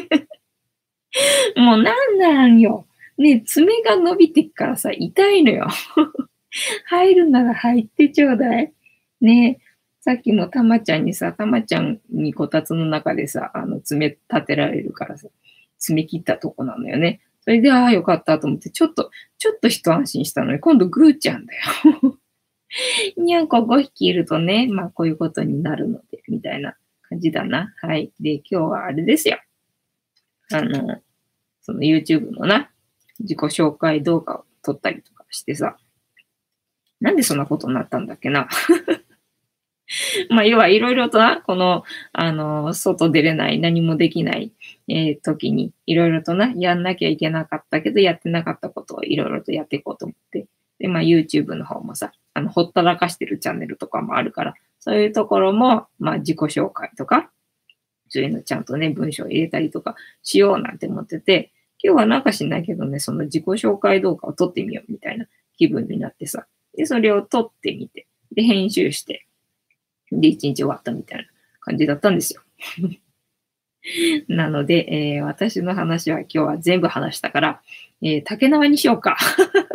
もうなんなんよ。ね、爪が伸びてっからさ、痛いのよ。入るなら入ってちょうだい。ねえ。さっきもたまちゃんにさ、たまちゃんにこたつの中でさ、あの、爪立てられるからさ、爪切ったとこなのよね。それで、ああ、よかったと思って、ちょっと、ちょっと一安心したのに、今度グーちゃんだよ。にゃんこごひきいるとね、まあこういうことになるので、みたいな感じだな。はい。で、今日はあれですよ。あの、その YouTube のな、自己紹介動画を撮ったりとかしてさ、なんでそんなことになったんだっけな。まあ、要はいろいろとな、この、あの、外出れない、何もできない、えー時に、いろいろとな、やんなきゃいけなかったけど、やってなかったことをいろいろとやっていこうと思って。で、まあ、YouTube の方もさ、あの、ほったらかしてるチャンネルとかもあるから、そういうところも、まあ、自己紹介とか、そういうのちゃんとね、文章を入れたりとかしようなんて思ってて、今日はなんかしないけどね、その自己紹介動画を撮ってみようみたいな気分になってさ、で、それを撮ってみて、で、編集して、で、一日終わったみたいな感じだったんですよ。 なので、えー私の話は今日は全部話したから、えー竹縄にしようか。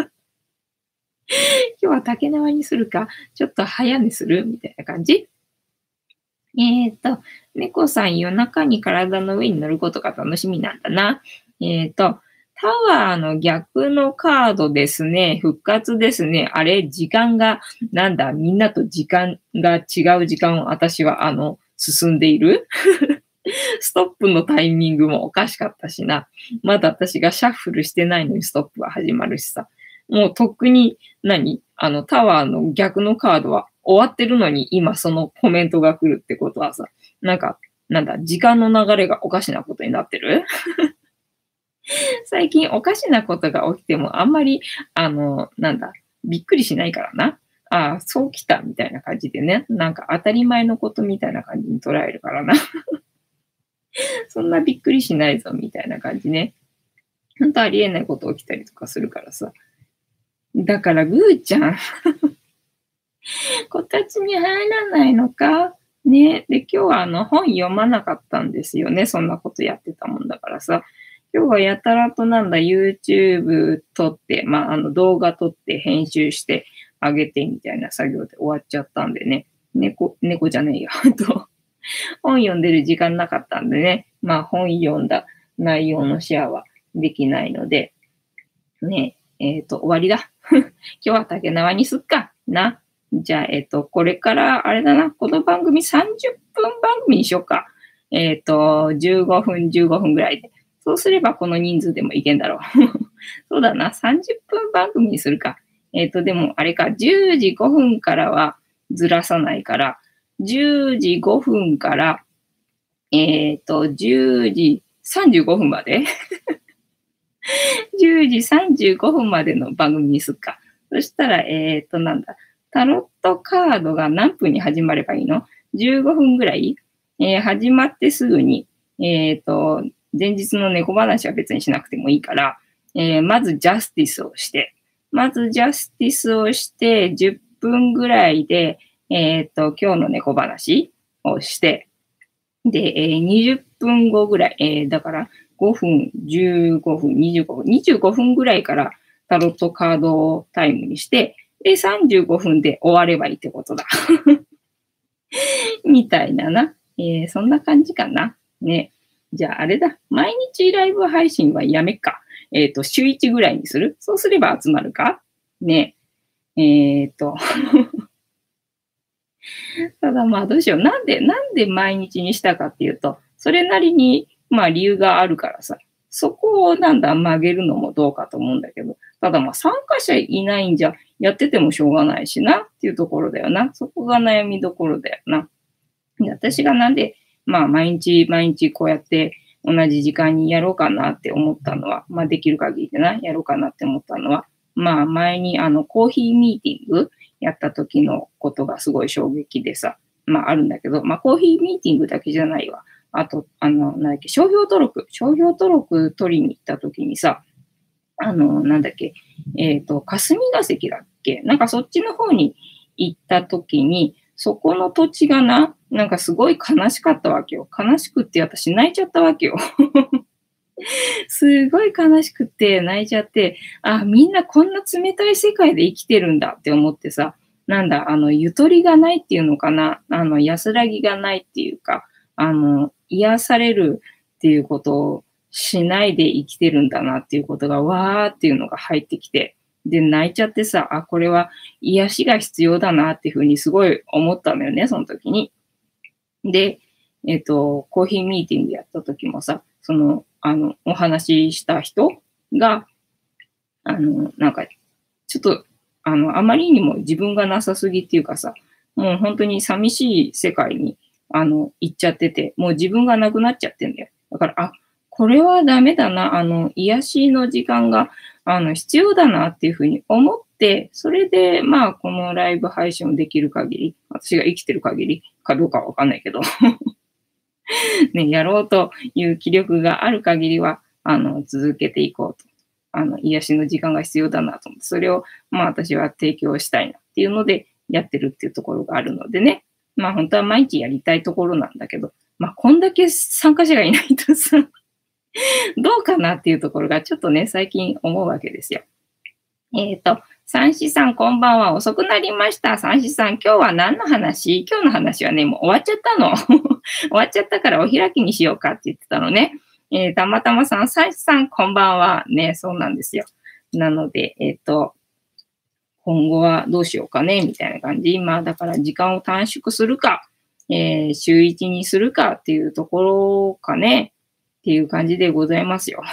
今日は竹縄にするか、ちょっと早寝するみたいな感じ。えっと、猫さん夜中に体の上に乗ることが楽しみなんだな。えっと、タワーの逆のカードですね。復活ですね。あれ、時間が、なんだ、みんなと時間が違う時間を私は、あの、進んでいる。ストップのタイミングもおかしかったしな。まだ私がシャッフルしてないのにストップが始まるしさ。もうとっくに何、あのタワーの逆のカードは終わってるのに今そのコメントが来るってことはさ、なんか、なんだ、時間の流れがおかしなことになってる。最近おかしなことが起きてもあんまり、あの、なんだ、びっくりしないからな。ああ、そうきたみたいな感じでね。なんか当たり前のことみたいな感じに捉えるからな。そんなびっくりしないぞみたいな感じね。ほんとありえないこと起きたりとかするからさ。だからぐーちゃん、こたつに入らないのかね。で、今日はあの本読まなかったんですよね。そんなことやってたもんだからさ。今日はやたらとなんだ、YouTube 撮って、まあ、あの動画撮って編集してあげてみたいな作業で終わっちゃったんでね。猫、猫じゃねえよ。と本読んでる時間なかったんでね。まあ本読んだ内容のシェアはできないので、ねえ、えっ、と、終わりだ。今日は竹縄にすっかな。じゃあ、えっ、と、これからあれだな。この番組さんじゅっぷん番組にしようか。えっ、と、じゅうごふん、じゅうごふんぐらいで。そうすればこの人数でもいけんだろう。そうだな。さんじゅっぷん番組にするか。えっ、と、でもあれか、じゅうじごふんからはずらさないから、じゅうじごふんから、えっ、と、じゅうじさんじゅうごふんまでじゅうじさんじゅうごふんまでの番組にすっか。そしたら、えっ、と、なんだ、タロットカードが何分に始まればいいの？ じゅうご 分ぐらい、えー始まってすぐに、えっ、と、前日の猫話は別にしなくてもいいから、えーまずジャスティスをして、まずジャスティスをして、じゅっぷんぐらいで、えっ、と、今日の猫話をして、で、えーにじゅっぷんごぐらい、えーだからごふん、じゅうごふん、にじゅうごふん、にじゅうごふんぐらいからタロットカードタイムにして、で、さんじゅうごふんで終わればいいってことだ。みたいなな。えーそんな感じかな。ね。じゃああれだ。毎日ライブ配信はやめっか。えっ、と、週いちぐらいにする？そうすれば集まるかね。えっ、と、ただまあどうしよう。なんで、なんで毎日にしたかっていうと、それなりにまあ理由があるからさ、そこをなんだ曲げるのもどうかと思うんだけど、ただまあ参加者いないんじゃやっててもしょうがないしなっていうところだよな。そこが悩みどころだよな。で私がなんでまあ毎日毎日こうやって同じ時間にやろうかなって思ったのは、まあできる限りでな、やろうかなって思ったのは、まあ前にあのコーヒーミーティングやった時のことがすごい衝撃でさ、まああるんだけど、まあコーヒーミーティングだけじゃないわ。あと、あの、なんだっけ、商標登録、商標登録取りに行った時にさ、あの、なんだっけ、えっ、と、霞が関だっけなんかそっちの方に行った時に、そこの土地がな、なんかすごい悲しかったわけよ。悲しくって私泣いちゃったわけよ。すごい悲しくて泣いちゃって、あ、みんなこんな冷たい世界で生きてるんだって思ってさ、なんだ、あの、ゆとりがないっていうのかな、あの、安らぎがないっていうか、あの、癒されるっていうことをしないで生きてるんだなっていうことが、わーっていうのが入ってきて、で、泣いちゃってさ、あ、これは癒しが必要だなっていうふうにすごい思ったのよね、その時に。で、えっと、コーヒーミーティングやった時もさ、その、あの、お話しした人が、あの、なんか、ちょっと、あの、あまりにも自分がなさすぎっていうかさ、もう本当に寂しい世界に、あの、行っちゃってて、もう自分がなくなっちゃってんだよ。だから、あ、これはダメだな、あの、癒しの時間が、あの、必要だなっていうふうに思って、それで、まあ、このライブ配信をできる限り、私が生きてる限りかどうかはわかんないけど、ね、やろうという気力がある限りは、あの、続けていこうと。あの、癒しの時間が必要だなと思って、それを、まあ私は提供したいなっていうので、やってるっていうところがあるのでね。まあ本当は毎日やりたいところなんだけど、 まあ、こんだけ参加者がいないとさ、どうかなっていうところがちょっとね、最近思うわけですよ。えっ、ー、と、三子さんこんばんは。遅くなりました。三子さん、今日は何の話？今日の話はね、もう終わっちゃったの。終わっちゃったからお開きにしようかって言ってたのね。えー、たまたまさん、三子さんこんばんは。ね、そうなんですよ。なので、えっ、ー、と、今後はどうしようかね、みたいな感じ。今、だから時間を短縮するか、えー、週一にするかっていうところかね、っていう感じでございますよ。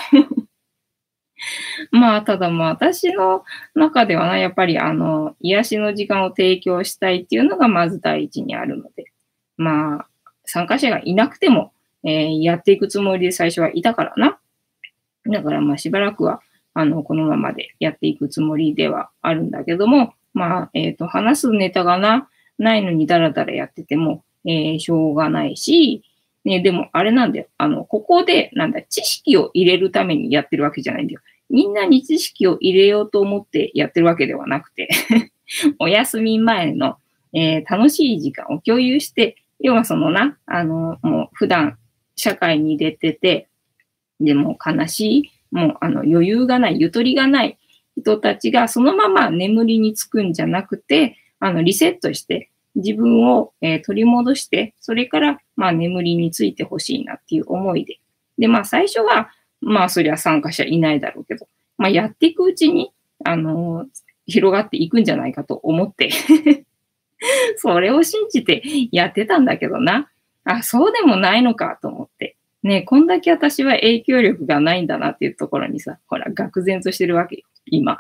まあ、ただまあ、私の中ではな、やっぱりあの、癒しの時間を提供したいっていうのがまず第一にあるので、まあ、参加者がいなくても、えー、やっていくつもりで最初はいたからな。だからまあ、しばらくは、あの、このままでやっていくつもりではあるんだけども、まあ、えっと、話すネタがな、ないのにダラダラやってても、えー、しょうがないし、ね、でもあれなんだよ。あの、ここで、なんだ、知識を入れるためにやってるわけじゃないんだよ。みんなに知識を入れようと思ってやってるわけではなくて、お休み前の、えー、楽しい時間を共有して、要はそのな、あの、もう普段社会に出てて、でも悲しい、もうあの余裕がない、ゆとりがない人たちがそのまま眠りにつくんじゃなくて、あのリセットして自分を、えー、取り戻して、それからまあ眠りについてほしいなっていう思いで。で、まあ最初は、まあそりゃ参加者いないだろうけど、まあやっていくうちに、あのー、広がっていくんじゃないかと思って、それを信じてやってたんだけどな。あ、そうでもないのかと思って。ねえ、こんだけ私は影響力がないんだなっていうところにさ、ほら、愕然としてるわけよ、今。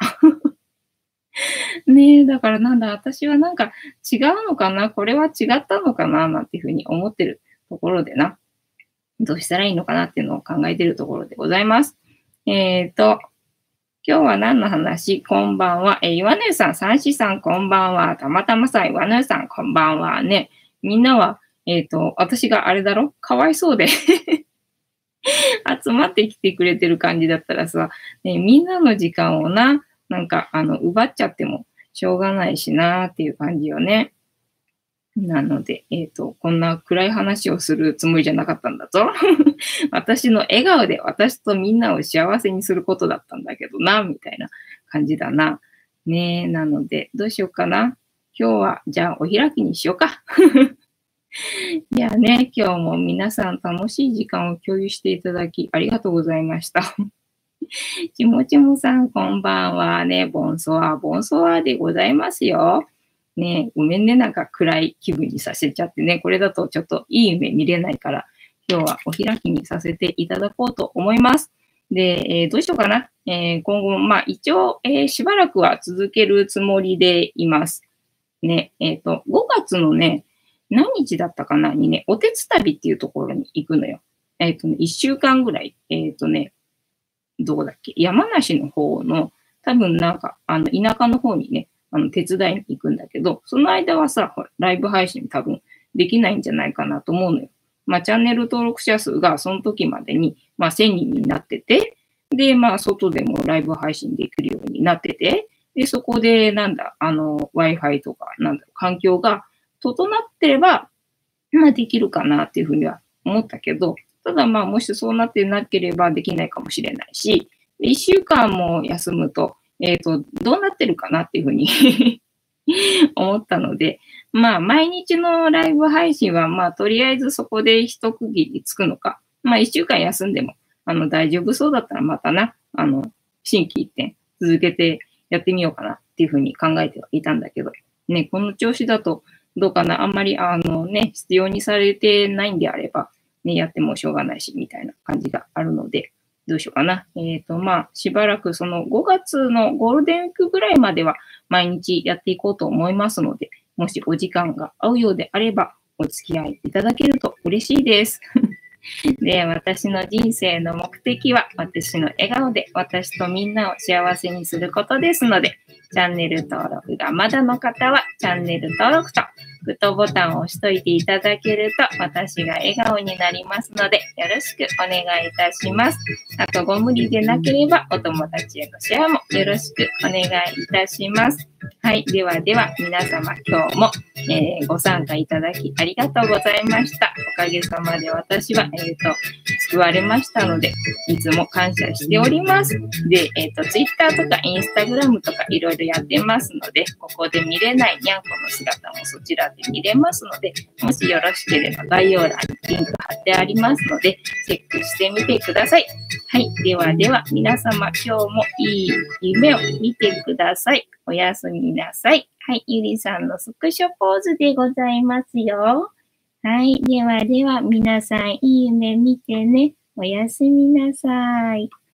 ねえ、だからなんだ、私はなんか違うのかな、これは違ったのかな、なんていうふうに思ってるところでな、どうしたらいいのかなっていうのを考えてるところでございます。えっ、ー、と、今日は何の話？こんばんは。えー、岩根さん、三子さん、こんばんは。たまたまさん、岩根さん、こんばんは。ね、みんなは、えっ、ー、と、私があれだろ？かわいそうで集まってきてくれてる感じだったらさ、ね、みんなの時間をな、なんか、あの、奪っちゃってもしょうがないしなっていう感じよね。なので、えっ、ー、と、こんな暗い話をするつもりじゃなかったんだぞ。私の笑顔で私とみんなを幸せにすることだったんだけどな、みたいな感じだな。ねえ、なので、どうしようかな。今日は、じゃあお開きにしようか。いやね、今日も皆さん楽しい時間を共有していただきありがとうございました。ちもちもさん、こんばんはね。ボンソワ、ボンソワでございますよ。ね、ごめんね、なんか暗い気分にさせちゃってね。これだとちょっといい夢見れないから、今日はお開きにさせていただこうと思います。で、えー、どうしようかな。えー、今後も、まあ一応、えー、しばらくは続けるつもりでいます。ね、えっと、ごがつのね、何日だったかなにね、おてつ旅っていうところに行くのよ。えっとね、いっしゅうかんぐらい、えっとね、どこだっけ、山梨の方の、多分なんか、あの、田舎の方にね、あの、手伝いに行くんだけど、その間はさ、ライブ配信多分できないんじゃないかなと思うのよ。まあ、チャンネル登録者数がその時までに、まあ、せんにんになってて、で、まあ、外でもライブ配信できるようになってて、で、そこで、なんだ、あの、Wi-Fi とか、なんだろう、環境が整ってれば、まあ、できるかなっていうふうには思ったけど、ただまあ、もしそうなってなければできないかもしれないし、いっしゅうかんも休むと、えっと、どうなってるかなっていうふうに思ったので、まあ、毎日のライブ配信は、まあ、とりあえずそこで一区切りつくのか、まあ、いっしゅうかん休んでも、あの、大丈夫そうだったらまたな、あの、新規一点続けてやってみようかなっていうふうに考えてはいたんだけど、ね、この調子だとどうかな、あんまり、あのね、必要にされてないんであれば、ね、やってもしょうがないし、みたいな感じがあるので、どうしようかな。えっと、まあ、しばらくそのごがつのゴールデンウィークぐらいまでは毎日やっていこうと思いますので、もしお時間が合うようであれば、お付き合いいただけると嬉しいです。で、私の人生の目的は、私の笑顔で私とみんなを幸せにすることですので、チャンネル登録がまだの方は、チャンネル登録とグッドボタンを押しといていただけると、私が笑顔になりますので、よろしくお願いいたします。あと、ご無理でなければ、お友達へのシェアもよろしくお願いいたします。 はい。ではでは、皆様今日も、えーご参加いただきありがとうございました。おかげさまで私は、えっと、救われましたので、いつも感謝しております。で、えっと、Twitter とか Instagram とかいろいろやってますので、ここで見れないにゃんこの姿もそちらで見れますので、もしよろしければ概要欄にリンク貼ってありますので、チェックしてみてください。はい。ではでは、皆様今日もいい夢を見てください。おやすみなさい。はい。ゆりさんのスクショポーズでございますよ。はい。ではでは、皆さんいい夢見てね。おやすみなさい。